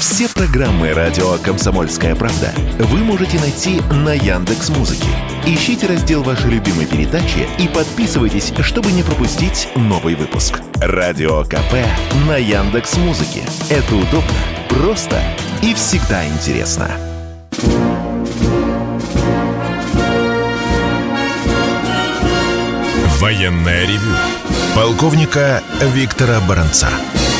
Все программы радио «Комсомольская правда» вы можете найти на Яндекс.Музыке. Ищите раздел вашей любимой передачи и подписывайтесь, чтобы не пропустить новый выпуск. Радио КП на Яндекс.Музыке. Это удобно, просто и всегда интересно. Военное ревю полковника Виктора Баранца.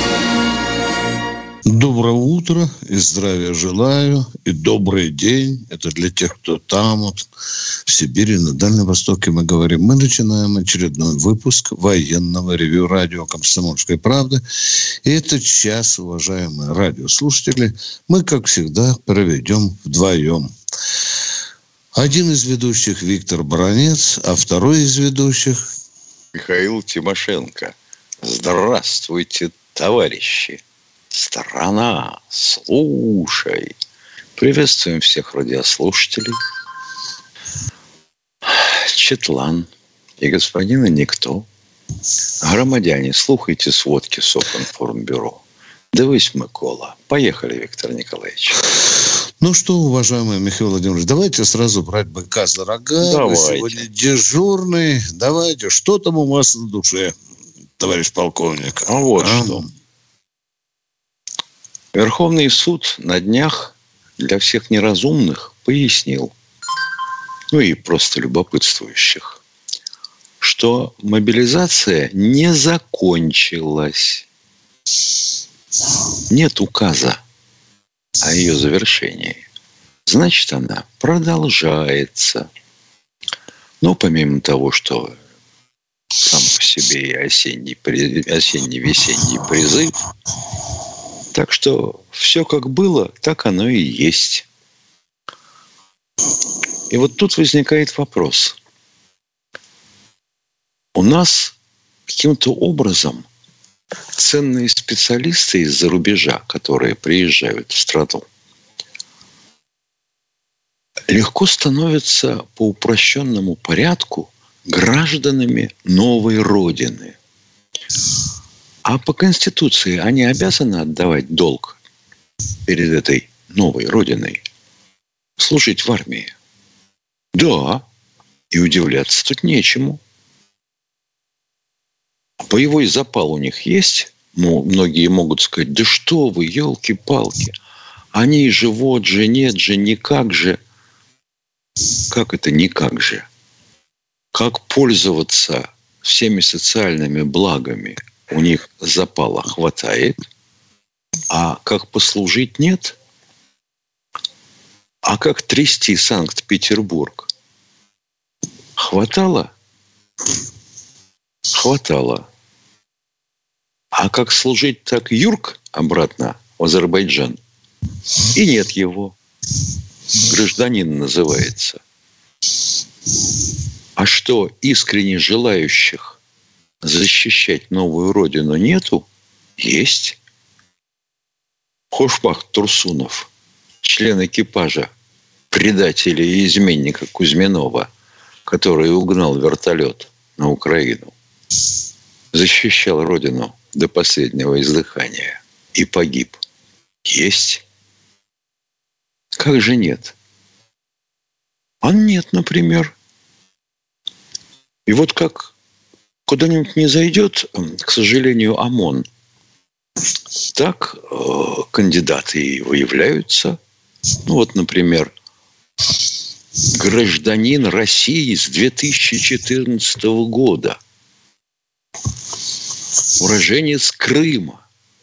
Доброе утро и здравия желаю, и добрый день. Это для тех, кто там, вот, в Сибири, на Дальнем Востоке мы говорим. Мы начинаем очередной выпуск военного ревью радио «Комсомольской правды». И этот час, уважаемые радиослушатели, мы, как всегда, проведем вдвоем. Один из ведущих Виктор Баранец, а второй из ведущих Михаил Тимошенко. Здравствуйте, товарищи! Страна, слушай! Приветствуем всех радиослушателей. Четлан и господина Никто. Громадяне, слухайте сводки Софинформбюро. Дивись, Микола. Поехали, Виктор Николаевич. Ну что, уважаемый Михаил Владимирович, давайте сразу брать быка за рога. Давайте. Вы сегодня дежурный. Давайте, что там у вас на душе, товарищ полковник? А вот что. Верховный суд на днях для всех неразумных пояснил, ну и просто любопытствующих, что мобилизация не закончилась. Нет указа о ее завершении. Значит, она продолжается. Но помимо того, что сам по себе и осенне-весенний призыв, так что все как было, так оно и есть. И вот тут возникает вопрос. У нас каким-то образом ценные специалисты из-за рубежа, которые приезжают в страну, легко становятся по упрощенному порядку гражданами новой родины. А по Конституции они обязаны отдавать долг перед этой новой родиной, служить в армии? Да, и удивляться тут нечему. Боевой запал у них есть. Ну, многие могут сказать, да что вы, елки-палки, они же, вот же, нет же, никак же. Как это никак же? Как пользоваться всеми социальными благами у них запала хватает, а как послужить нет? А как трясти Санкт-Петербург? Хватало? Хватало. А как служить так юрк обратно в Азербайджан? И нет его. Гражданин называется. А что, искренне желающих защищать новую родину нету? Есть. Хошпах Турсунов, член экипажа предателя и изменника Кузьминова, который угнал вертолет на Украину, защищал родину до последнего издыхания и погиб. Есть. Как же нет? А нет, например. И вот как куда-нибудь не зайдет, к сожалению, ОМОН, так кандидаты и выявляются. Ну вот, например, гражданин России с 2014 года, уроженец Крыма,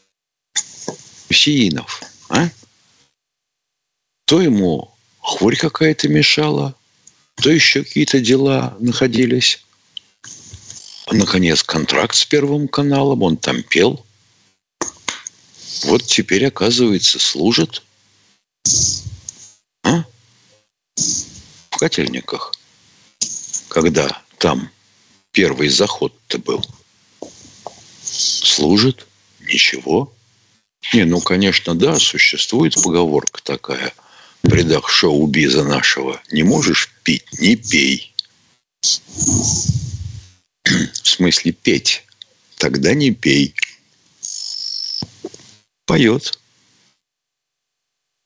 Сиинов, а? То ему хворь какая-то мешала, то еще какие-то дела находились. А, наконец, контракт с Первым каналом, он там пел. Вот теперь, оказывается, служит. А? В Котельниках. Когда там первый заход-то был. Служит. Ничего. Не, ну, конечно, да, существует поговорка такая. В рядах шоу-биза нашего. Не можешь пить, не пей. В смысле петь. Тогда не пей. Поет.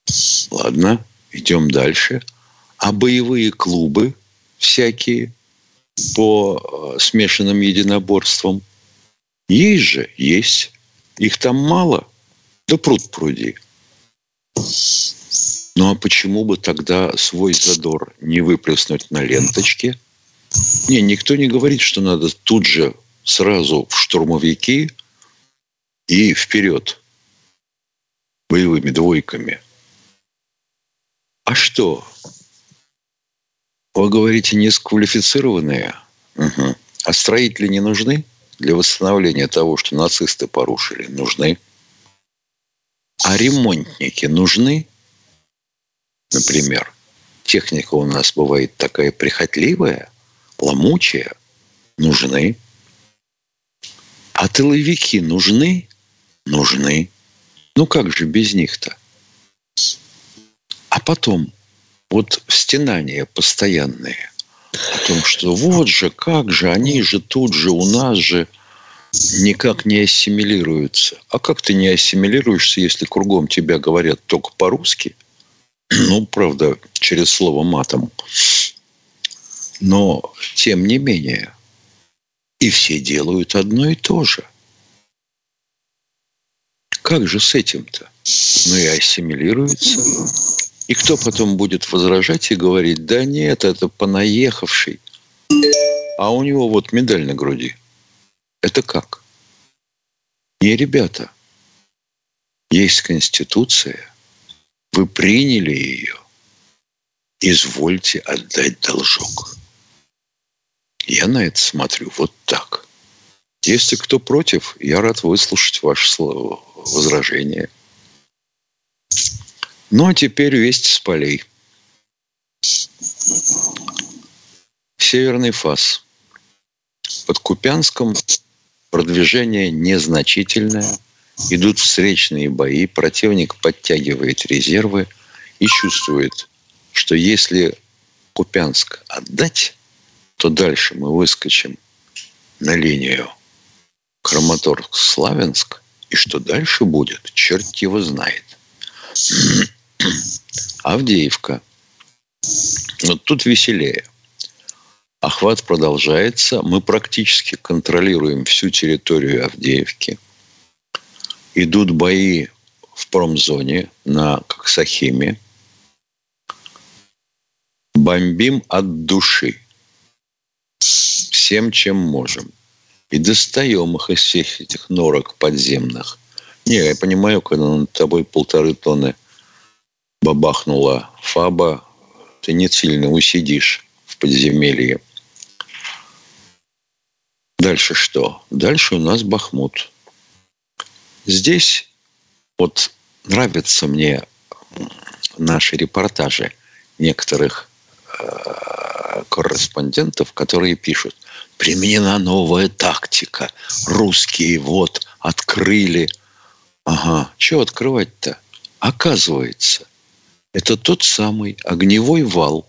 Ладно, идем дальше. А боевые клубы всякие по смешанным единоборствам? Есть же, есть. Их там мало? Да пруд пруди. Ну, а почему бы тогда свой задор не выплеснуть на ленточке? Не, никто не говорит, что надо тут же сразу в штурмовики и вперед боевыми двойками. А что? Вы говорите, низкоквалифицированные? Угу. А строители не нужны для восстановления того, что нацисты порушили? Нужны. А ремонтники нужны? Например, техника у нас бывает такая прихотливая, ломучая. Нужны. А тыловики нужны? Нужны. Ну как же без них-то? А потом вот стенания постоянные о том, что вот же, как же, они же тут же, у нас же никак не ассимилируются. А как ты не ассимилируешься, если кругом тебя говорят только по-русски? Ну, правда, через слово матом. Но, тем не менее, и все делают одно и то же. Как же с этим-то? Ну и ассимилируется. И кто потом будет возражать и говорить, да нет, это понаехавший. А у него вот медаль на груди. Это как? Не, ребята, есть Конституция, вы приняли ее, извольте отдать должок. Я на это смотрю вот так. Если кто против, я рад выслушать ваше возражение. Ну, а теперь весть с полей. Северный фас. Под Купянском продвижение незначительное. Идут встречные бои. Противник подтягивает резервы и чувствует, что если Купянск отдать, то дальше мы выскочим на линию Краматорск-Славянск. И что дальше будет, черт его знает. Авдеевка. Вот тут веселее. Охват продолжается. Мы практически контролируем всю территорию Авдеевки. Идут бои в промзоне на Коксахиме. Бомбим от души. Всем, чем можем. И достаем их из всех этих норок подземных. Не, я понимаю, когда над тобой 1,5 тонны бабахнула фаба, ты не сильно усидишь в подземелье. Дальше что? Дальше у нас Бахмут. Здесь вот нравятся мне наши репортажи некоторых корреспондентов, которые пишут: применена новая тактика. Русские вот открыли. Ага, что открывать-то? Оказывается, это тот самый огневой вал,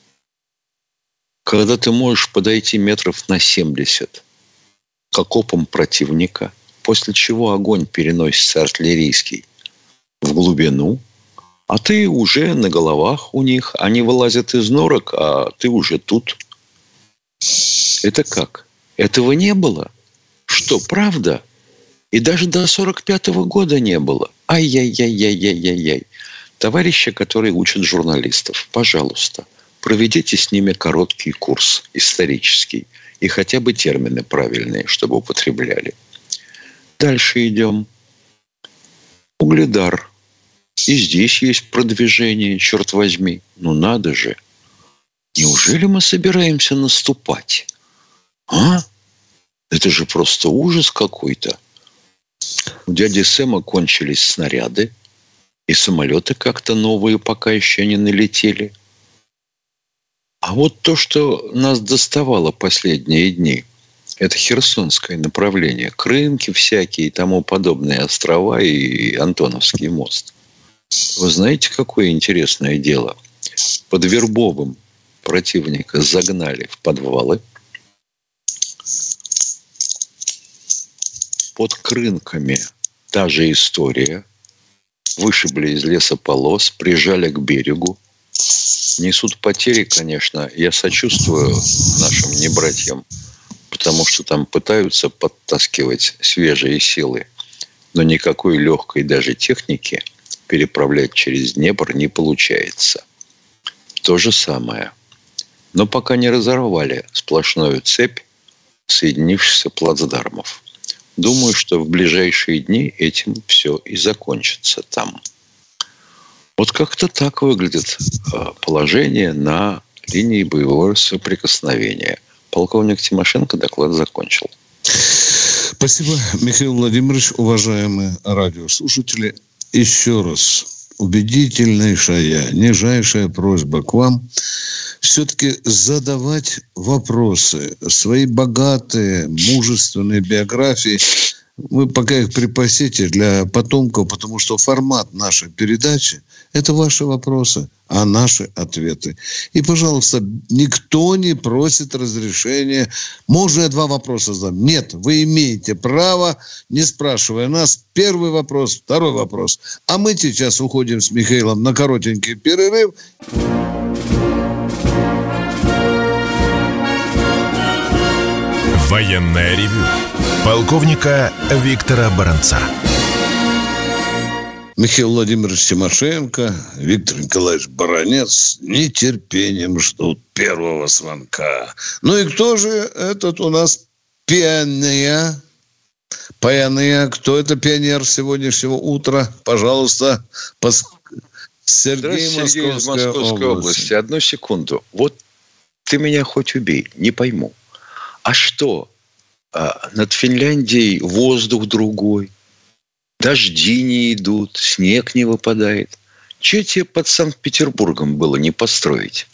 когда ты можешь подойти метров на 70 к окопам противника, после чего огонь переносится артиллерийский в глубину, а ты уже на головах у них, они вылазят из норок, а ты уже тут. Это как? Этого не было? Что, правда? И даже до 45-го года не было. Ай-яй-яй-яй-яй-яй-яй. Товарищи, которые учат журналистов, пожалуйста, проведите с ними короткий курс исторический и хотя бы термины правильные, чтобы употребляли. Дальше идем. Угледар. И здесь есть продвижение, черт возьми. Ну надо же. Неужели мы собираемся наступать? А? Это же просто ужас какой-то. У дяди Сэма кончились снаряды, и самолеты как-то новые пока еще не налетели. А вот то, что нас доставало последние дни, это Херсонское направление. Крынки всякие и тому подобные острова и Антоновский мост. Вы знаете, какое интересное дело? Под Вербовым противника загнали в подвалы. Под Крынками та же история. вышибли из лесополос, прижали к берегу. Несут потери, конечно. Я сочувствую нашим небратьям, потому что там пытаются подтаскивать свежие силы. Но никакой легкой даже техники переправлять через Днепр не получается. То же самое. Но пока не разорвали сплошную цепь соединившихся плацдармов. Думаю, что в ближайшие дни этим все и закончится там. Вот как-то так выглядит положение на линии боевого соприкосновения. Полковник Тимошенко доклад закончил. Спасибо, Михаил Владимирович. Уважаемые радиослушатели, еще раз убедительнейшая, нижайшая просьба к вам все-таки задавать вопросы. Свои богатые, мужественные биографии вы пока их припасите для потомков, потому что формат нашей передачи – это ваши вопросы, а наши ответы. И, пожалуйста, никто не просит разрешения. Можно я 2 вопроса задам? Нет, вы имеете право, не спрашивая нас. Первый вопрос, второй вопрос. А мы сейчас уходим с Михаилом на коротенький перерыв. Военное ревю полковника Виктора Баранца. Михаил Владимирович Тимошенко, Виктор Николаевич Баранец с нетерпением ждут первого звонка. Ну и кто же этот у нас пионер? Кто это пионер сегодняшнего утра? Пожалуйста, Сергей из Московской области. Одну секунду. Вот ты меня хоть убей, не пойму. А что? Над Финляндией воздух другой. Дожди не идут, снег не выпадает. Че тебе под Санкт-Петербургом было не построить?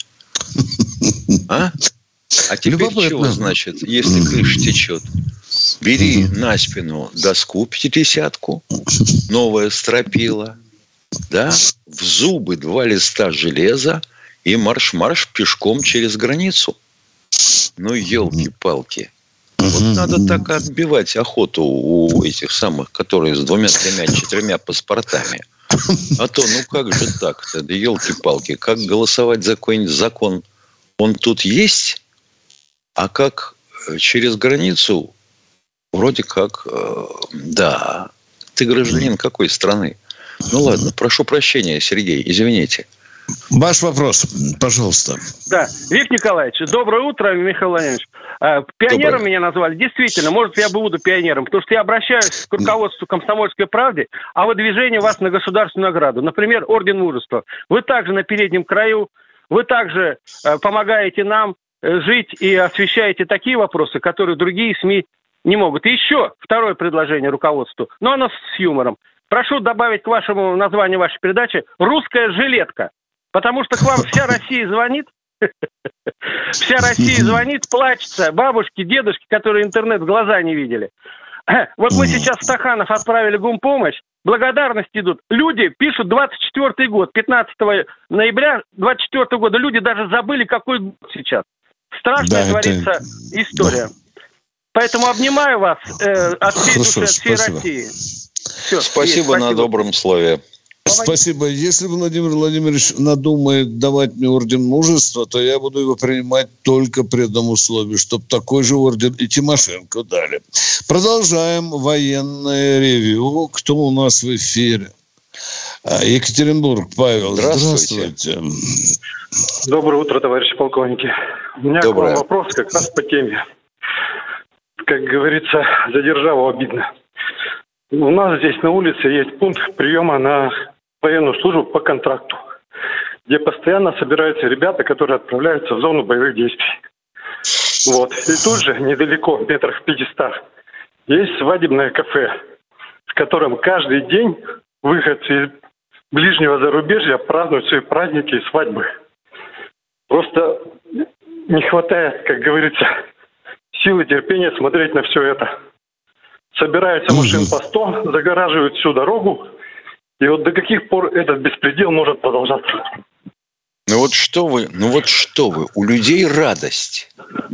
А теперь Любопытно. чего, значит, если крыша течет? Бери на спину доску 50-ку, новое стропила, да, в зубы 2 листа железа и марш-марш пешком через границу. Ну, елки-палки. Вот надо так отбивать охоту у этих самых, которые с 2, 3, 4 паспортами. А то, ну как же так-то, да елки-палки, как голосовать за какой-нибудь закон, он тут есть, а как через границу, вроде как, да, ты гражданин какой страны? Ну ладно, прошу прощения, Сергей, извините. Ваш вопрос, пожалуйста. Да, Виктор Николаевич, доброе утро, Михаил Владимирович. Пионером доброе. Меня назвали. Действительно, может, я буду пионером, потому что я обращаюсь к руководству «Комсомольской правды», а выдвижение вас на государственную награду. Например, Орден Мужества. Вы также на переднем краю, вы также помогаете нам жить и освещаете такие вопросы, которые другие СМИ не могут. И еще второе предложение руководству, но оно с юмором. Прошу добавить к вашему названию вашей передачи «Русская жилетка». Потому что к вам вся Россия звонит. Вся Россия звонит, плачется. Бабушки, дедушки, которые интернет в глаза не видели. Вот мы сейчас в Стаханов отправили гумпомощь. Благодарности идут. Люди пишут 24-й год. 15 ноября 24-го года. Люди даже забыли, какой год сейчас. Страшная творится история. Поэтому обнимаю вас от всей души, от всей России. Все, спасибо на добром слове. Спасибо. Если Владимир Владимирович надумает давать мне орден мужества, то я буду его принимать только при одном условии, чтобы такой же орден и Тимошенко дали. Продолжаем военное ревью. Кто у нас в эфире? Екатеринбург. Павел, здравствуйте. Доброе утро, товарищи полковники. У меня к вам вопрос как раз по теме. Как говорится, за державу обидно. У нас здесь на улице есть пункт приема на военную службу по контракту, где постоянно собираются ребята, которые отправляются в зону боевых действий. Вот. И тут же, недалеко, метрах в 500, есть свадебное кафе, в котором каждый день выходцы из ближнего зарубежья празднуют свои праздники и свадьбы. Просто не хватает, как говорится, силы терпения смотреть на все это. Собираются машин по 100, загораживают всю дорогу. И вот до каких пор этот беспредел может продолжаться? Ну вот что вы, у людей радость.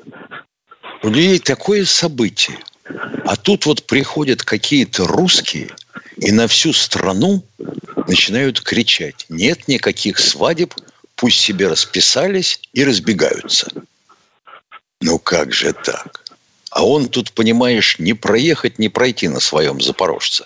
У людей такое событие. А тут вот приходят какие-то русские и на всю страну начинают кричать: нет никаких свадеб, пусть себе расписались и разбегаются. Ну как же так? А он тут, понимаешь, не проехать, не пройти на своем запорожце.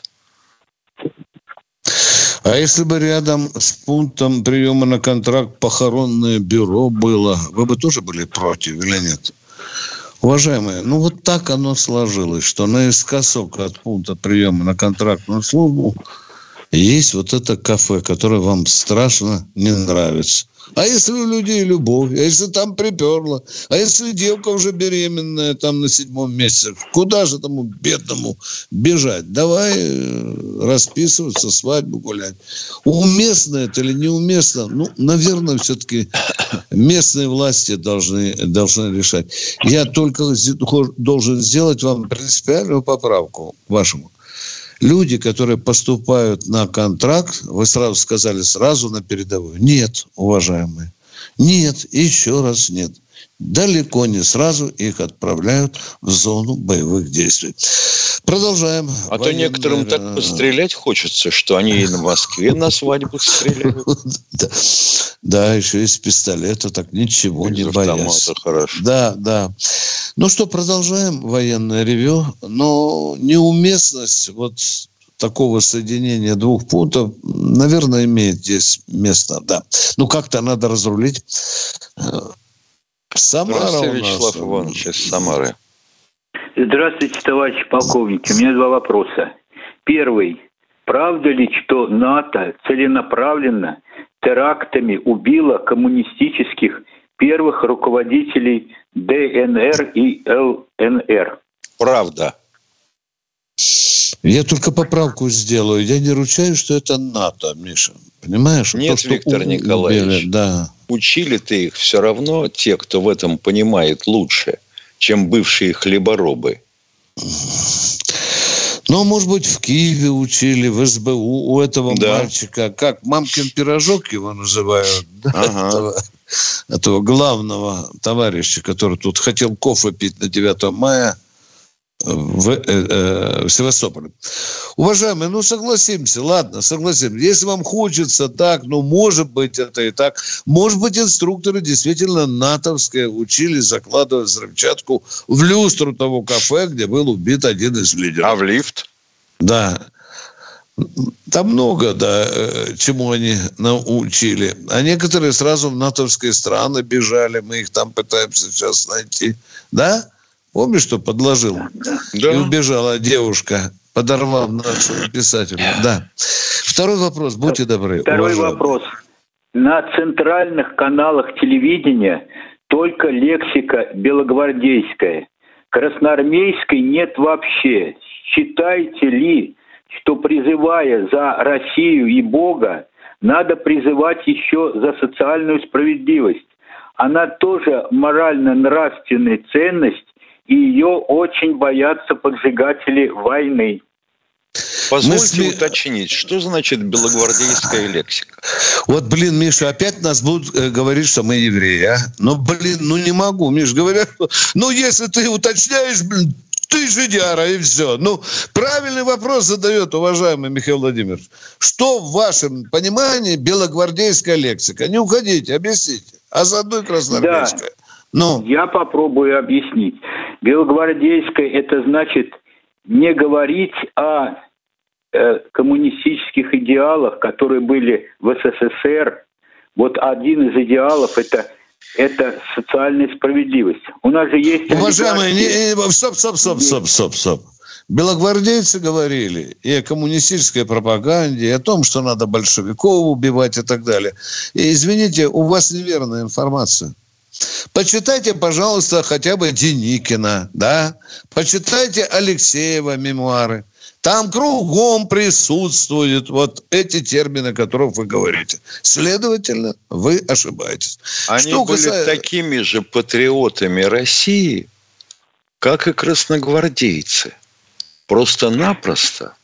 А если бы рядом с пунктом приема на контракт похоронное бюро было, вы бы тоже были против или нет? Уважаемые, ну вот так оно сложилось, что наискосок от пункта приема на контрактную службу есть вот это кафе, которое вам страшно не нравится. А если у людей любовь, а если там приперло, а если девка уже беременная там на 7-м месяце, куда же тому бедному бежать? Давай расписываться, свадьбу гулять. Уместно это или неуместно? Ну, наверное, все-таки местные власти должны решать. Я только должен сделать вам принципиальную поправку вашему. Люди, которые поступают на контракт, вы сразу сказали, сразу на передовую. Нет, уважаемые. Нет, еще раз нет. Далеко не сразу их отправляют в зону боевых действий. Продолжаем. А то некоторым так пострелять хочется, что они и на Москве на свадьбах стреляют. Да, еще из пистолета, так ничего не боятся. Хорошо. Да. Ну что, продолжаем военное ревью. Но неуместность вот такого соединения двух пунктов, наверное, имеет здесь место. Да. Ну, как-то надо разрулить. Самара Здравствуйте, у нас. Вячеслав Иванович из Самары. Здравствуйте, товарищи полковники. У меня 2 вопроса. Первый. Правда ли, что НАТО целенаправленно терактами убило коммунистических первых руководителей ДНР и ЛНР? Правда. Я только поправку сделаю. Я не ручаюсь, что это НАТО, Миша. Понимаешь? Нет, то, Виктор Николаевич. Да. Учили-то их все равно те, кто в этом понимает лучше, чем бывшие хлеборобы. Ну, может быть, в Киеве учили, в СБУ у этого мальчика. Как мамкин пирожок его называют. Да? Этого главного товарища, который тут хотел кофе пить на 9 мая в Севастополе. Уважаемые, ну согласимся, ладно, согласимся. Если вам хочется так, ну может быть это и так. Может быть, инструкторы действительно натовские учили закладывать взрывчатку в люстру того кафе, где был убит один из лидеров. А в лифт? Да. Там много, да, чему они научили. А некоторые сразу в натовские страны бежали. Мы их там пытаемся сейчас найти. Да? Помнишь, что подложил? Да. И убежала девушка, подорвав нашего писателя. Да. Второй вопрос, будьте добры. Второй вопрос. На центральных каналах телевидения только лексика белогвардейская. Красноармейской нет вообще. Считаете ли, что призывая за Россию и Бога, надо призывать еще за социальную справедливость? Она тоже морально-нравственная ценность, и ее очень боятся поджигатели войны. Позвольте уточнить, что значит белогвардейская лексика? Вот, Миша, опять нас будут говорить, что мы евреи, а? Ну, не могу, Миш, говорят, если ты уточняешь, ты жидяра, и все. Правильный вопрос задает уважаемый Михаил Владимирович. Что в вашем понимании белогвардейская лексика? Не уходите, объясните. А заодно и красноармейская. Да. Я попробую объяснить. Белогвардейская – это значит не говорить о коммунистических идеалах, которые были в СССР. Вот один из идеалов – это социальная справедливость. У нас же есть... Уважаемые, стоп. Белогвардейцы говорили и о коммунистической пропаганде, и о том, что надо большевиков убивать и так далее. И, извините, у вас неверная информация. Почитайте, пожалуйста, хотя бы Деникина, да? Почитайте Алексеева мемуары. Там кругом присутствуют вот эти термины, о которых вы говорите. Следовательно, вы ошибаетесь. Они были такими же патриотами России, как и красногвардейцы. Просто-напросто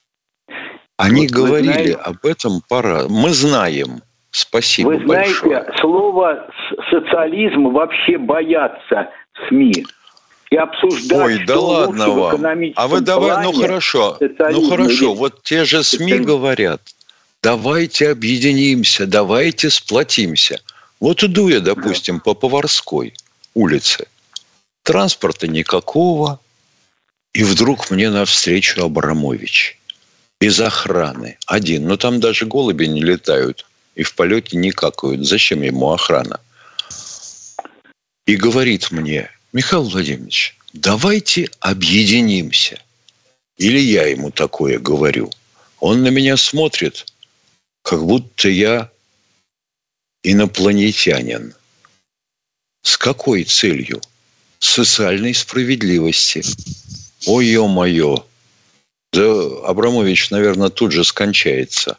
они говорили об этом пора. Мы знаем. Спасибо большое. Вы знаете, слово «социализм» вообще боятся в СМИ. И обсуждать, ой, да ладно вам. А вы давай, хорошо. Вот те же СМИ говорят, давайте объединимся, давайте сплотимся. Вот иду я, допустим, по Поварской улице. Транспорта никакого. И вдруг мне навстречу Абрамович. Без охраны. Один. Но там даже голуби не летают. И в полете не какают. Зачем ему охрана? И говорит мне: Михаил Владимирович, давайте объединимся. Или я ему такое говорю. Он на меня смотрит, как будто я инопланетянин. С какой целью? Социальной справедливости. Ой, ё-моё. Да Абрамович, наверное, тут же скончается.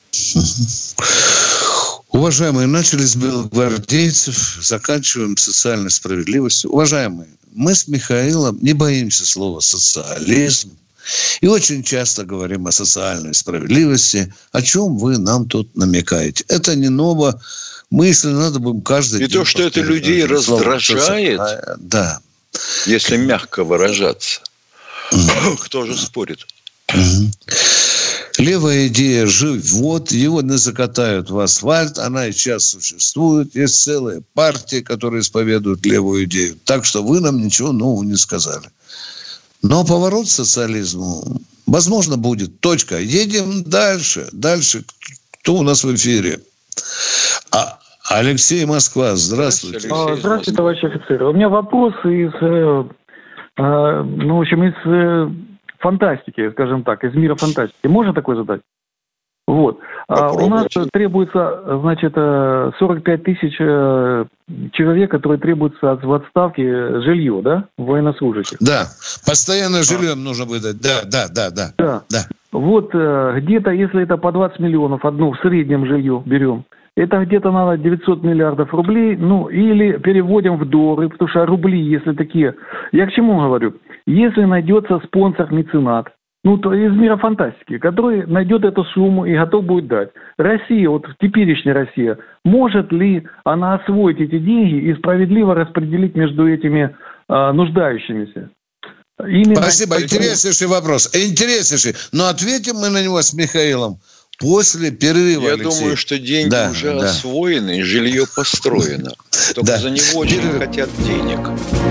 Уважаемые, начали с белогвардейцев, заканчиваем социальной справедливостью. Уважаемые, мы с Михаилом не боимся слова «социализм». И очень часто говорим о социальной справедливости. О чем вы нам тут намекаете? Это не ново. Мысль надо бы каждый день... И то, что это людей раздражает, да. Если мягко выражаться. Кто же спорит? Левая идея «живот», его не закатают в асфальт, она и сейчас существует. Есть целые партии, которые исповедуют левую идею. Так что вы нам ничего нового не сказали. Но поворот к социализму, возможно, будет. Точка. Едем дальше. Дальше. Кто у нас в эфире? Алексей, Москва. Здравствуйте. Здравствуйте, товарищ офицер. У меня вопрос из фантастики, скажем так, из мира фантастики. Можно такой задать? Вот. У нас требуется, 45 тысяч человек, которые требуются в отставке жилье, да, военнослужащих. Да, постоянно жильем нужно выдать. Да. Вот где-то, если это по 20 миллионов одно в среднем жилье берем, это где-то надо 900 миллиардов рублей, или переводим в доллары, потому что рубли, если такие... Я к чему говорю? Если найдется спонсор-меценат, то из мира фантастики, который найдет эту сумму и готов будет дать. Россия, теперешняя Россия, может ли она освоить эти деньги и справедливо распределить между этими нуждающимися? Спасибо. Интереснейший вопрос. Интереснейший. Но ответим мы на него с Михаилом после перерыва, Я Алексей. думаю, что деньги уже освоены и жилье построено. Только за него очень хотят денег.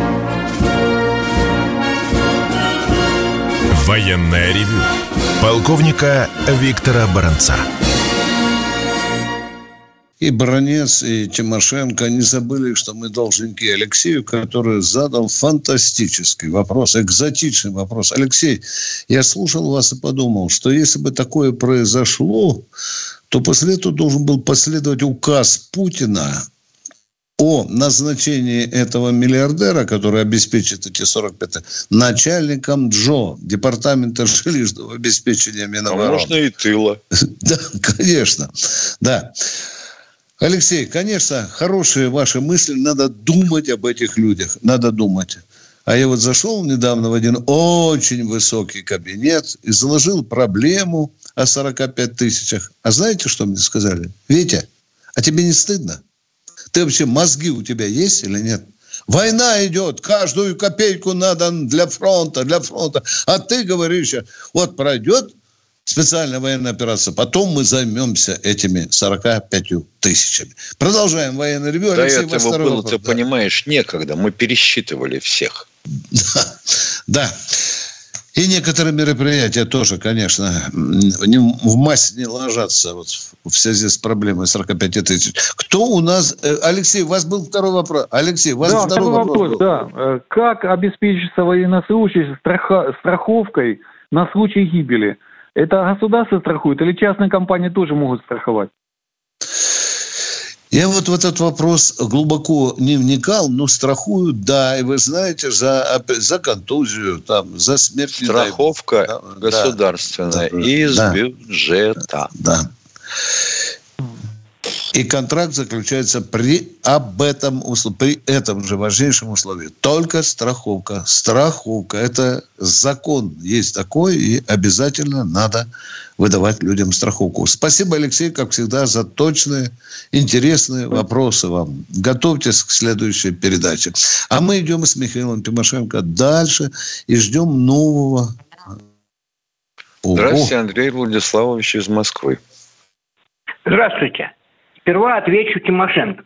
Военное ревю полковника Виктора Баранца. И Баранец, и Тимошенко не забыли, что мы должники Алексею, который задал фантастический вопрос, экзотичный вопрос. Алексей, я слушал вас и подумал, что если бы такое произошло, то после этого должен был последовать указ Путина о назначении этого миллиардера, который обеспечит эти 45, начальником ДЖО, Департамента жилищного обеспечения Минобороны. А можно и тыла. Да, конечно. Да. Алексей, конечно, хорошие ваши мысли. Надо думать об этих людях. Надо думать. А я зашел недавно в один очень высокий кабинет и заложил проблему о 45 тысячах. А знаете, что мне сказали? Витя, а тебе не стыдно? Ты вообще мозги у тебя есть или нет? Война идет, каждую копейку надо для фронта. А ты говоришь, пройдет специальная военная операция, потом мы займемся этими 45 тысячами. Продолжаем военное ревью. Да, Алексей, этого было, ты понимаешь, некогда. Мы пересчитывали всех. Да. И некоторые мероприятия тоже, конечно, в массе не ложатся в связи с проблемой 45 тысяч. Кто у нас... Алексей, у вас был второй вопрос. Алексей, у вас второй вопрос. Да. Как обеспечиться военнослужащим страховкой на случай гибели? Это государство страхует или частные компании тоже могут страховать? Я в этот вопрос глубоко не вникал, но страхуют, да, и вы знаете, за контузию, за смерть. Страховка государственная из бюджета. Да. И контракт заключается при этом же важнейшем условии. Только страховка. Страховка. Это закон есть такой, и обязательно надо выдавать людям страховку. Спасибо, Алексей, как всегда, за точные, интересные вопросы вам. Готовьтесь к следующей передаче. А мы идем с Михаилом Тимошенко дальше и ждем нового... Здравствуйте, Андрей Владиславович из Москвы. Здравствуйте. Сперва отвечу Тимошенко.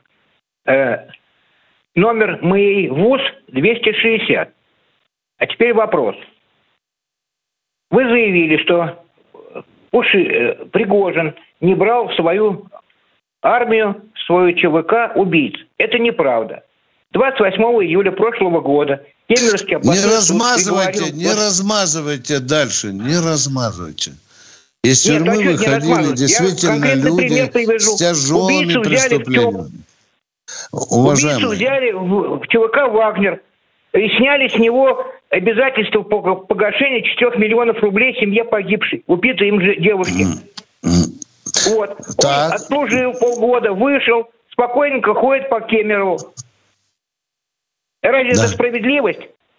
Номер моей ВУЗ 260. А теперь вопрос. Вы заявили, что Пригожин не брал в свою армию, в свою ЧВК убийц. Это неправда. 28 июля прошлого года Кемеровский областной суд не размазывайте дальше, не размазывайте. Из тюрьмы выходили действительно люди с тяжелыми преступлениями. Убийцу взяли в ЧВК «Вагнер» и сняли с него обязательства по погашению 4 миллионов рублей семье погибшей, убитой им же девушки. Вот. Он отслужил полгода, вышел, спокойненько ходит по Кемерову. Разве это справедливость?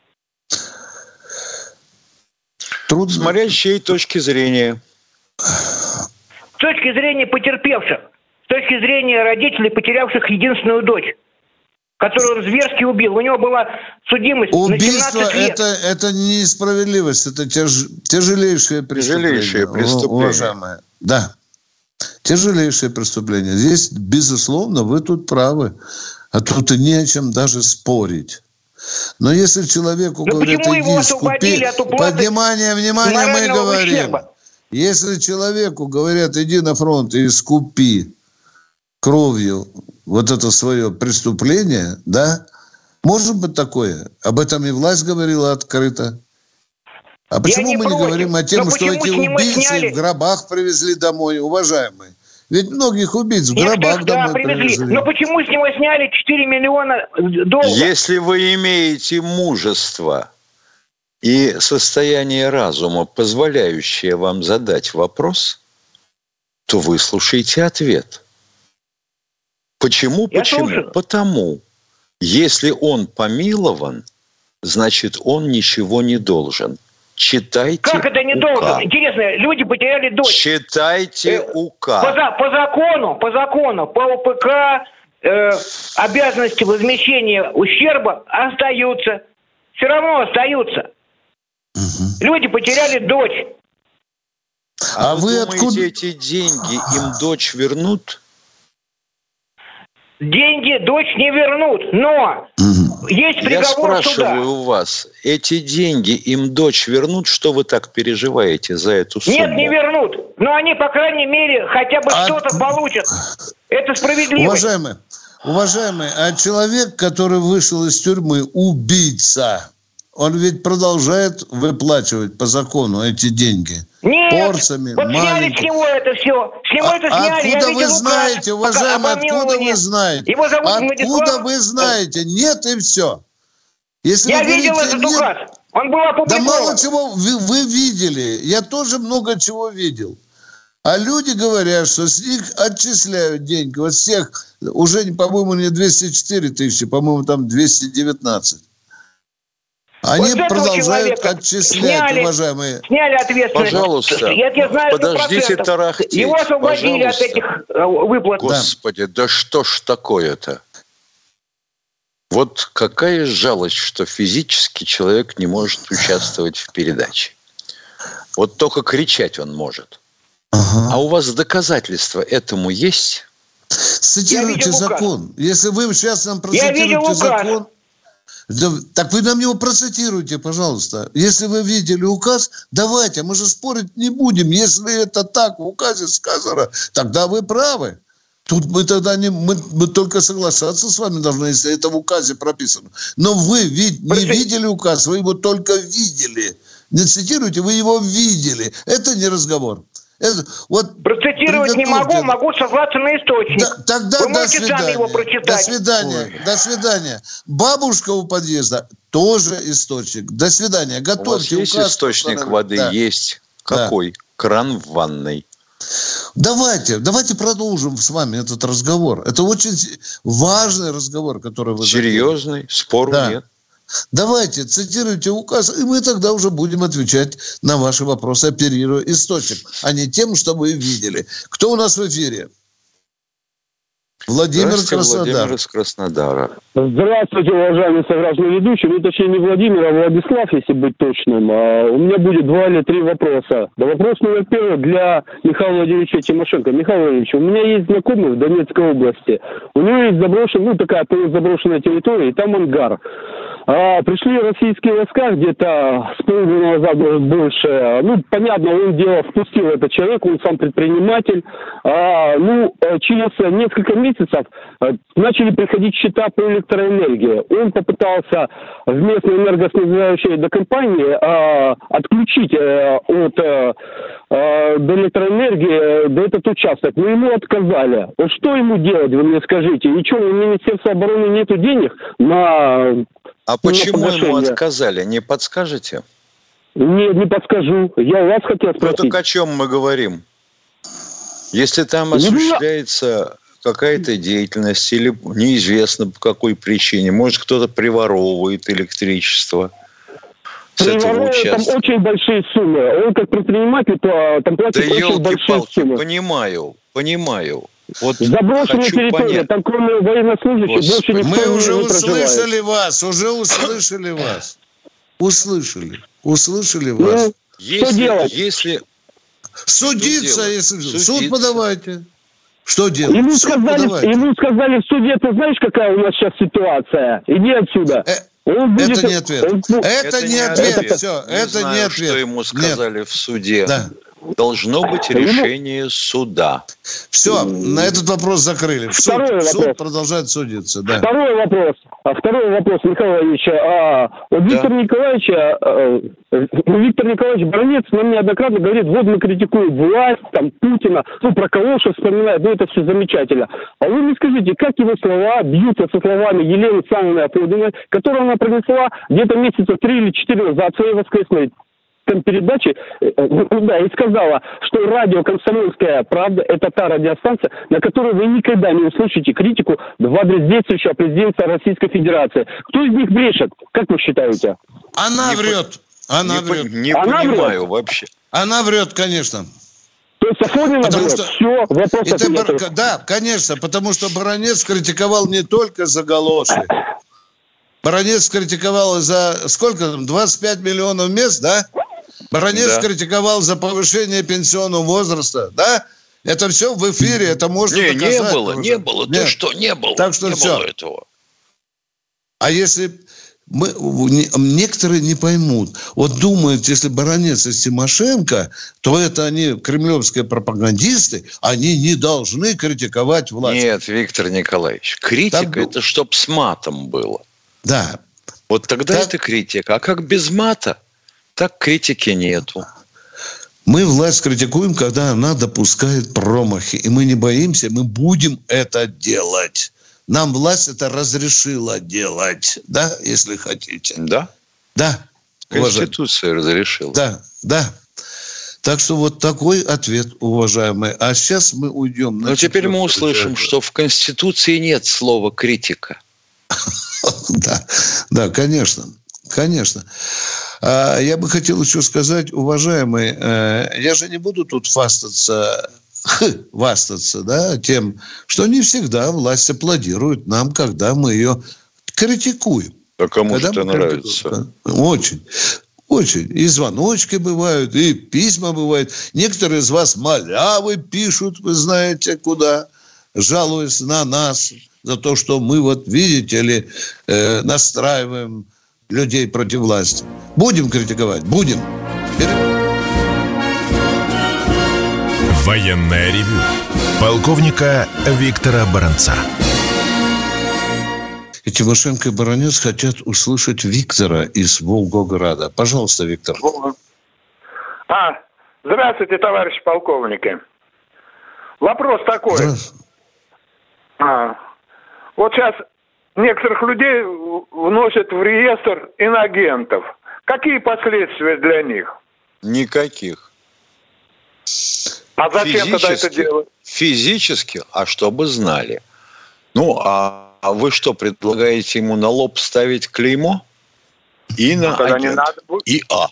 Трудно. Смотря с чьей точки зрения. С точки зрения потерпевших. С точки зрения родителей, потерявших единственную дочь, которую он зверски убил. У него была судимость на 17 лет. Это не несправедливость, это тяжелейшее преступление. Уважаемые. Да. Тяжелейшее преступление. Здесь, безусловно, вы тут правы. А тут и не о чем даже спорить. Но если человеку говорят, иди скупи... Внимание, мы говорим. Ущерба. Если человеку говорят, иди на фронт и скупи кровью вот это свое преступление, да, может быть такое. Об этом и власть говорила открыто. А почему мы не говорим о том, что эти убийцы в гробах привезли домой, уважаемые? Ведь многих убийц в гробах домой привезли. Но почему с него сняли 4 миллиона долга? Если вы имеете мужество и состояние разума, позволяющее вам задать вопрос, то выслушайте ответ. Почему? Слушаю. Потому, если он помилован, значит, он ничего не должен. Читайте УК. Как это не должен? Интересно, люди потеряли дочь. Читайте УК. По закону, по УПК обязанности возмещения ущерба остаются. Все равно остаются. Люди потеряли дочь. А вы думаете, откуда эти деньги им дочь вернут? Деньги дочь не вернут, но есть приговор суда. Я спрашиваю у вас, эти деньги им дочь вернут? Что вы так переживаете за эту сумму? Нет, не вернут. Но они, по крайней мере, хотя бы что-то получат. Это справедливо. Уважаемый, а человек, который вышел из тюрьмы, убийца, он ведь продолжает выплачивать по закону эти деньги. Нет, порциями, вот сняли с него это все. С него это сняли. Откуда вы знаете, уважаемый, откуда вы знаете? Его зовут откуда вы знаете? Нет, и все. Если я видел этот указ. Он был опубликован. Да мало чего вы видели. Я тоже много чего видел. А люди говорят, что с них отчисляют деньги. Вот всех, уже, по-моему, не 204 тысячи, по-моему, там 219. Они вот продолжают отчислять, уважаемые. Сняли ответственность. Пожалуйста, я знаю, подождите тарахтеть. Его освободили от этих выплат. Господи, да что ж такое-то? Вот какая жалость, что физически человек не может участвовать в передаче. Вот только кричать он может. Ага. А у вас доказательства этому есть? Цитируйте закон. Если вы сейчас нам процитируете закон... Так вы нам его процитируйте, пожалуйста. Если вы видели указ, давайте, мы же спорить не будем. Если это так в указе сказано, тогда вы правы. Тут мы тогда мы только соглашаться с вами должны, если это в указе прописано. Но вы не видели указ, вы его только видели. Не цитируйте, вы его видели. Это не разговор. Процитировать не могу сослаться на источник. Тогда вы можете сами его прочитать. До свидания. Бабушка у подъезда тоже источник. До свидания. Готовьте указ. У вас есть источник воды? Да. Есть. Какой? Да. Кран в ванной. Давайте продолжим с вами этот разговор. Это очень важный разговор, который вы серьезный, задели. Спору нет. Давайте, цитируйте указ, и мы тогда уже будем отвечать на ваши вопросы, оперируя источник, а не тем, что вы видели. Кто у нас в эфире? Владимир Владимир из Краснодара. Здравствуйте, уважаемый согражданин ведущий. Ну, точнее, не Владимир, а Владислав, если быть точным. У меня будет 2 или 3 вопроса. Да, вопрос номер 1 для Михаила Владимировича Тимошенко. Михаил Владимирович, у меня есть знакомый в Донецкой области. У него есть такая полузаброшенная территория, и там ангар. Пришли российские войска где-то с полгода назад, больше. Понятно, впустил этот человек, он сам предприниматель. Через несколько месяцев начали приходить счета по электроэнергии. Он попытался в местной энергоснабжающей компании отключить от электроэнергии этот участок. Но ему отказали. Вот что ему делать, вы мне скажите? И что, у Министерства обороны нету денег на... А почему ему отказали? Не подскажете? Нет, не подскажу. Я у вас хотел спросить. Так о чем мы говорим? Если там осуществляется какая-то деятельность или неизвестно по какой причине, может, кто-то приворовывает электричество с этого участка. Там очень большие суммы. Он как предприниматель, то там платит очень большие суммы. Понимаю. Вот заброшенная территория, там кроме военнослужащих больше никто мы уже не проживает. Услышали вас. Что делать? Если... Судиться, если... Суд подавайте. Что делать? Ему сказали в суде, ты знаешь, какая у нас сейчас ситуация? Иди отсюда. Это не ответ. Это не ответ. Все, это не ответ. Что ему сказали в суде. Да. Должно быть решение суда. Все, на этот вопрос закрыли. Суд продолжает судиться. Да. Второй вопрос, Михаил Владимирович. Виктор Николаевич Баранец нам неоднократно говорит, вот мы критикуем власть, Путина, про Калоша вспоминает, это все замечательно. А вы мне скажите, как его слова бьются со словами Елены Александровны Афродиной, которую она принесла где-то месяца 3 или 4 назад в своей воскресной передачи, и сказала, что радио «Комсомольская правда» – это та радиостанция, на которой вы никогда не услышите критику в адрес действующего президента Российской Федерации. Кто из них брешет? Как вы считаете? Она врет. Не понимаю вообще. Она врет, конечно. То есть Афонина врет? Все, вопрос ответ. Да, конечно, потому что Баранец критиковал не только за галоши. Баранец критиковал за сколько там, 25 миллионов мест, да? Баранец критиковал за повышение пенсионного возраста, да? Это все в эфире, это можно доказать. Не было. Ты что, не было? Так что не все. Было этого. А если некоторые не поймут, вот думают, если Баранец и Тимошенко, то это они кремлевские пропагандисты, они не должны критиковать власть. Нет, Виктор Николаевич, критика это чтоб с матом было. Да. Вот тогда это критика. А как без мата, так критики нету. Мы власть критикуем, когда она допускает промахи. И мы не боимся, мы будем это делать. Нам власть это разрешила делать. Да, если хотите. Да? Да. Конституция разрешила. Да. Так что вот такой ответ, уважаемые. А сейчас мы уйдем. Но теперь мы услышим, что в Конституции нет слова «критика». Да, конечно. Я бы хотел еще сказать, уважаемые, я же не буду тут хвастаться, да, тем, что не всегда власть аплодирует нам, когда мы ее критикуем. А кому же это нравится? Очень. И звоночки бывают, и письма бывают. Некоторые из вас малявы пишут, вы знаете куда, жалуясь на нас за то, что мы, вот видите ли, настраиваем людей против власти. Будем критиковать? Будем. Военное ревю полковника Виктора Баранца. И Тимошенко и Баранец хотят услышать Виктора из Волгограда. Пожалуйста, Виктор. Здравствуйте, товарищи полковники. Вопрос такой. Вот сейчас некоторых людей вносят в реестр иноагентов. Какие последствия для них? Никаких. А зачем тогда это делать? Физически, а чтобы знали. А вы что, предлагаете ему на лоб ставить клеймо? Иноагент. ИА.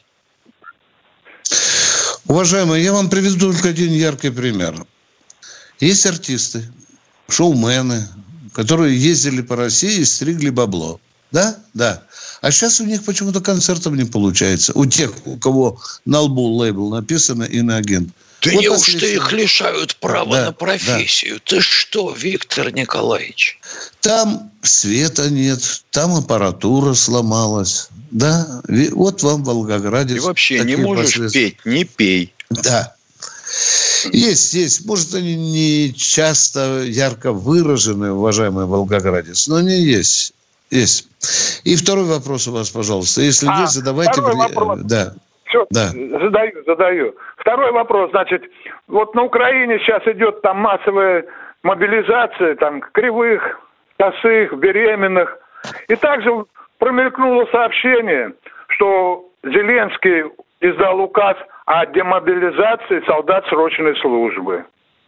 Уважаемые, я вам приведу только один яркий пример. Есть артисты, шоумены, которые ездили по России и стригли бабло. Да? Да. А сейчас у них почему-то концертов не получается. У тех, у кого на лбу лейбл написано «Иноагент». Да вот неужто их лишают права на профессию? Да. Ты что, Виктор Николаевич? Там света нет, там аппаратура сломалась. Да, вот вам Волгоградец. И вообще не можешь петь, не пей. Да. Есть. Может, они не часто ярко выражены, уважаемый волгоградец, но они есть. И второй вопрос у вас, пожалуйста. Если есть, задавайте. Второй вопрос. Да. Все, да. Задаю. Второй вопрос, значит, вот на Украине сейчас идет там массовая мобилизация, там, кривых, косых, беременных. И также промелькнуло сообщение, что Зеленский издал указ о демобилизации солдат срочной службы.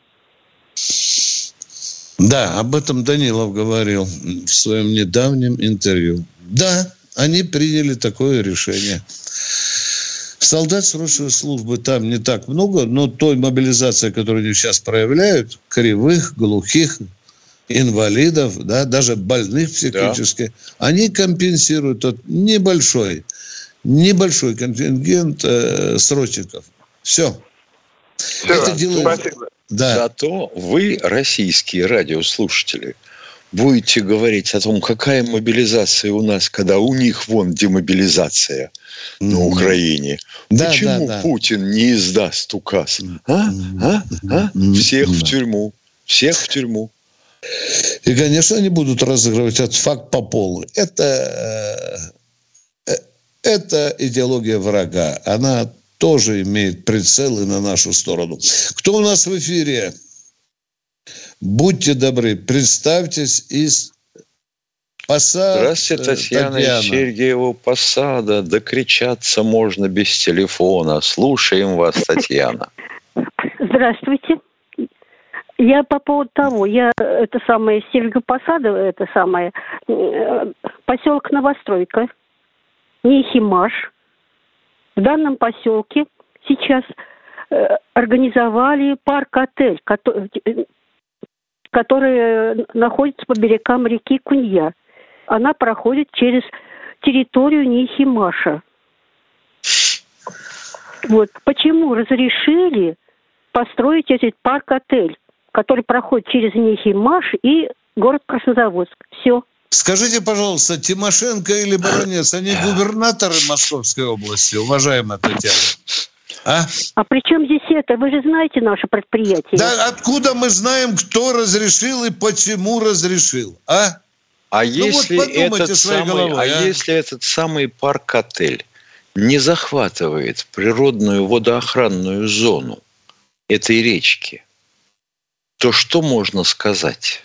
Да, об этом Данилов говорил в своем недавнем интервью. Да, они приняли такое решение. Солдат срочной службы там не так много, но той мобилизации, которую они сейчас проявляют, кривых, глухих, инвалидов, да, даже больных психически, они компенсируют тот небольшой контингент срочников. Все. Это дело... Да. Зато вы, российские радиослушатели, будете говорить о том, какая мобилизация у нас, когда у них вон демобилизация на Украине. Да, почему Путин не издаст указ? Всех в тюрьму. Всех в тюрьму. И, конечно, они будут разыгрывать этот факт по полу. Это идеология врага. Она тоже имеет прицелы на нашу сторону. Кто у нас в эфире? Будьте добры, представьтесь из Посада. Здравствуйте, Татьяна из Сергиева Посада. Докричаться можно без телефона. Слушаем вас, Татьяна. Здравствуйте. Я по поводу того, Сергиева Посада, поселок Новостройка, Нехимаш. В данном поселке сейчас организовали парк-отель, который находится по берегам реки Кунья. Она проходит через территорию Нехимаша. Вот. Почему разрешили построить этот парк-отель, который проходит через Нехимаш и город Краснозаводск? Все. Скажите, пожалуйста, Тимошенко или Баранец, они губернаторы Московской области, уважаемая Татьяна? А при чем здесь это? Вы же знаете наше предприятие. Да откуда мы знаем, кто разрешил и почему разрешил? Если этот самый парк-отель не захватывает природную водоохранную зону этой речки, то что можно сказать?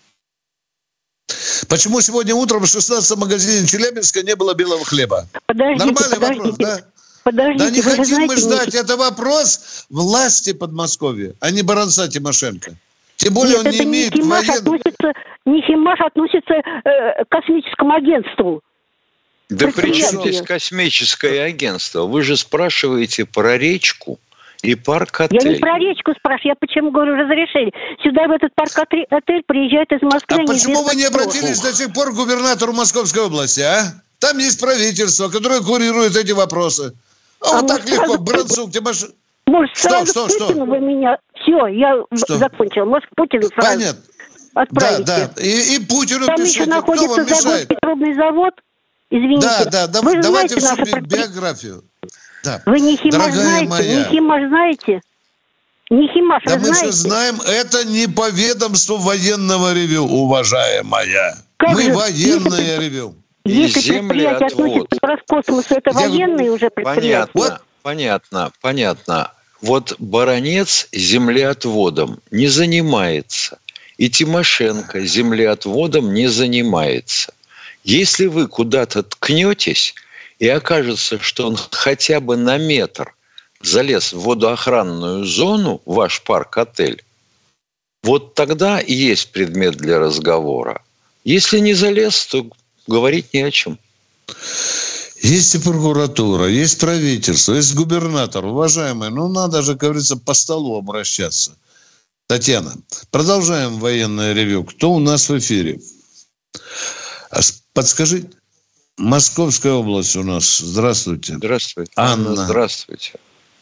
Почему сегодня утром в 16-м магазине Челябинска не было белого хлеба? Нормальный вопрос, да? Подождите, да не хотим мы ждать. Это вопрос власти Подмосковья, а не Баранца Тимошенко. Тем более он не имеет военного... Нехимаш относится к космическому агентству. Да при чем здесь космическое агентство? Вы же спрашиваете про речку и парк-отель. Я не про речку спрашиваю, я почему говорю разрешение. Сюда в этот парк-отель приезжает из Москвы. А почему вы не обратились до сих пор к губернатору Московской области, а? Там есть правительство, которое курирует эти вопросы. Вот так легко, Баранцу, Тимошенко. Может, сразу к Путину вы меня... Все, я закончил. Может, к Путину сразу. Понятно. Отправите. Да. И Путину там пишите, еще находится завод-петровный завод. Извините. Да. Давайте всю биографию. Да. Вы Нехимаш знаете? Нехимаш знаете? Нехимаш да вы знаете? Мы же знаем, это не по ведомству военного ревю, уважаемая. Мы военное ревю. Если предприятие относится к Роскосмосу, это военные уже предприятия. Понятно. Вот Баранец землеотводом не занимается. И Тимошенко землеотводом не занимается. Если вы куда-то ткнетесь, и окажется, что он хотя бы на метр залез в водоохранную зону, ваш парк-отель, вот тогда и есть предмет для разговора. Если не залез, то говорить не о чем. Есть и прокуратура, есть правительство, есть губернатор. Уважаемые, надо же, как говорится, по столу обращаться. Татьяна, продолжаем военное ревью. Кто у нас в эфире? Подскажите. Московская область у нас. Здравствуйте. Здравствуйте. Анна. Здравствуйте.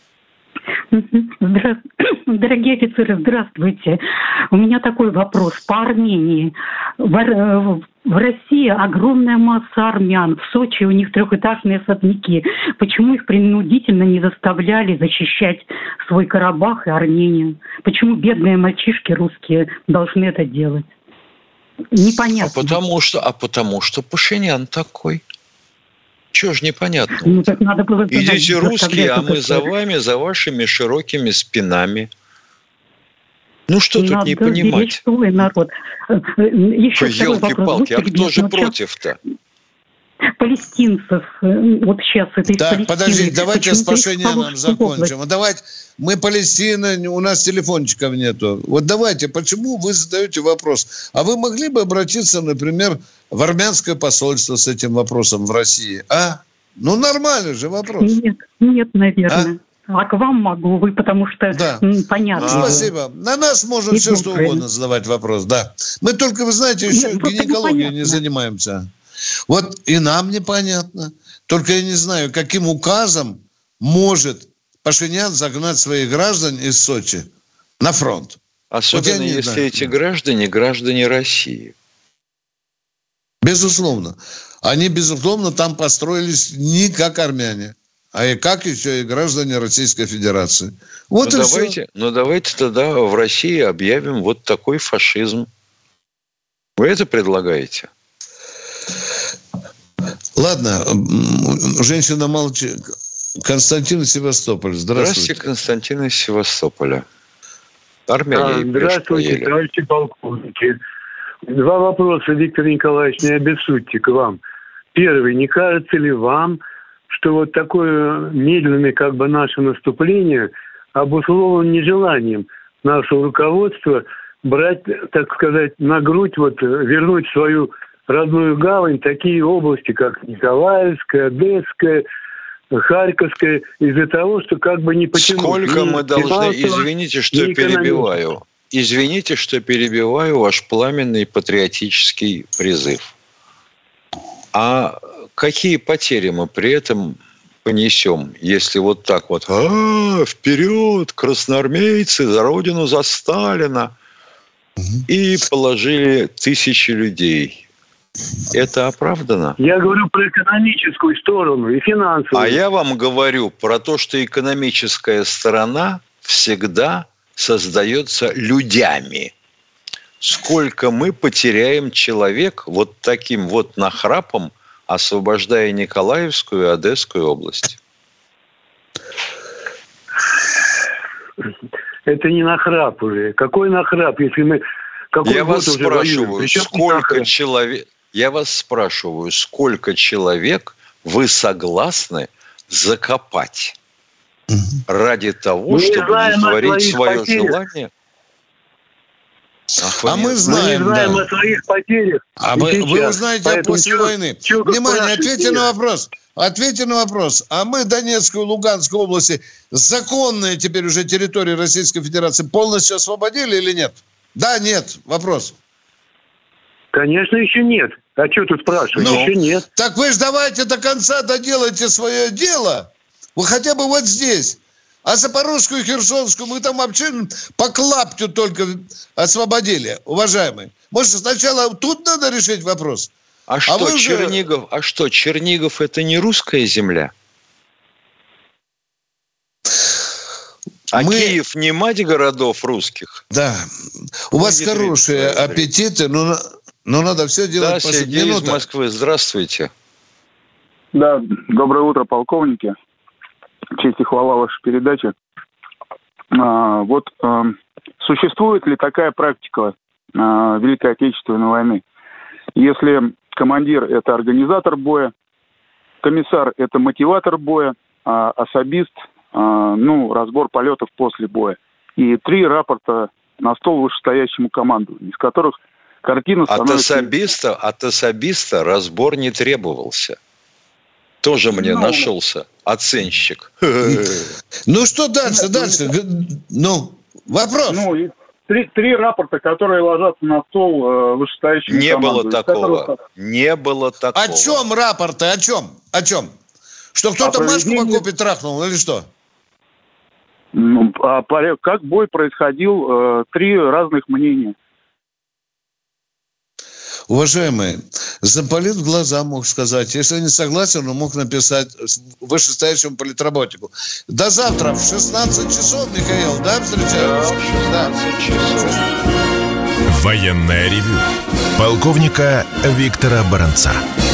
Дорогие офицеры, здравствуйте. У меня такой вопрос по Армении. В России огромная масса армян. В Сочи у них трехэтажные особняки. Почему их принудительно не заставляли защищать свой Карабах и Армению? Почему бедные мальчишки русские должны это делать? Непонятно. Потому что Пашинян такой. Чего ж непонятно? Ну, так надо было идите русские, а мы за вами, за вашими широкими спинами. Ну, что тут не понимать? Свой народ. Елки-палки, а кто же против-то? Палестинцев. Вот сейчас это из Палестины. Так, подождите, давайте с Пашиняном закончим. Давайте, мы Палестина, у нас телефончиков нету. Вот давайте, почему вы задаете вопрос? А вы могли бы обратиться, например, в армянское посольство с этим вопросом в России? А? Ну, нормальный же вопрос. Нет, наверное. А к вам могу, вы, потому что понятно. Спасибо. На нас можно все, что угодно задавать вопрос, да. Мы только, вы знаете, еще гинекологией не занимаемся. Вот и нам непонятно. Только я не знаю, каким указом может Пашинян загнать своих граждан из Сочи на фронт. Особенно вот если эти граждане России. Безусловно. Они, безусловно, там построились не как армяне, а и как еще и граждане Российской Федерации. Вот давайте тогда в России объявим вот такой фашизм. Вы это предлагаете? Ладно, женщина молчит. Константин из Севастополя. Здравствуйте. Константин из Севастополя. Армяне. Здравствуйте, товарищи полковники. Два вопроса, Виктор Николаевич, не обессудьте, к вам. Первый. Не кажется ли вам, что вот такое медленное наше наступление обусловлено нежеланием нашего руководства брать, так сказать, на грудь, вернуть свою родную гавань, такие области, как Николаевская, Одесская, Харьковская, из-за того, что не потянуть. Сколько мы должны... Извините, что перебиваю ваш пламенный патриотический призыв. А какие потери мы при этом понесем, если вот так вперед, красноармейцы, за Родину, за Сталина, и положили тысячи людей? Это оправдано? Я говорю про экономическую сторону и финансовую. А я вам говорю про то, что экономическая сторона всегда создается людьми. Сколько мы потеряем человек вот таким вот нахрапом, освобождая Николаевскую и Одесскую область? Это не нахрап уже. Какой нахрап, если мы... Я вас спрашиваю, сколько человек вы согласны закопать ради того, чтобы удовлетворить свое желание? Мы знаем о своих потерях. Вы узнаете после войны. Внимание, ответьте на вопрос. А мы Донецкую, Луганскую области, законные теперь уже территории Российской Федерации, полностью освободили или нет? Да, нет. Вопрос. Конечно, еще нет. А что тут спрашивать? Еще нет. Так вы же давайте до конца доделайте свое дело. Вы хотя бы вот здесь. А Запорожскую, Херсонскую мы там вообще по клаптю только освободили, уважаемые. Может, сначала тут надо решить вопрос? Чернигов это не русская земля? Киев не мать городов русских? Да. У вас хорошие аппетиты, но надо все делать по Сергей из Москвы, здравствуйте. Да, доброе утро, полковники. Честь и хвала вашей передачи. Существует ли такая практика Великой Отечественной войны? Если командир – это организатор боя, комиссар – это мотиватор боя, а особист – разбор полетов после боя. И 3 рапорта на стол вышестоящему командованию, из которых картина становится... От особиста разбор не требовался. Тоже мне нашелся оценщик. Что дальше? Вопрос. три рапорта, которые ложатся на стол вышестоящим Не командой. было такого. Не было такого. О чем рапорты? О чем? Что кто-то Машку в окопе трахнул или что? Ну, как бой происходил, 3 разных мнения. Уважаемые, замполит в глаза мог сказать. Если не согласен, он мог написать вышестоящему политработнику. До завтра в 16 часов, Михаил, да, встречаемся? Да, в 16 часов. Военное ревю полковника Виктора Баранца.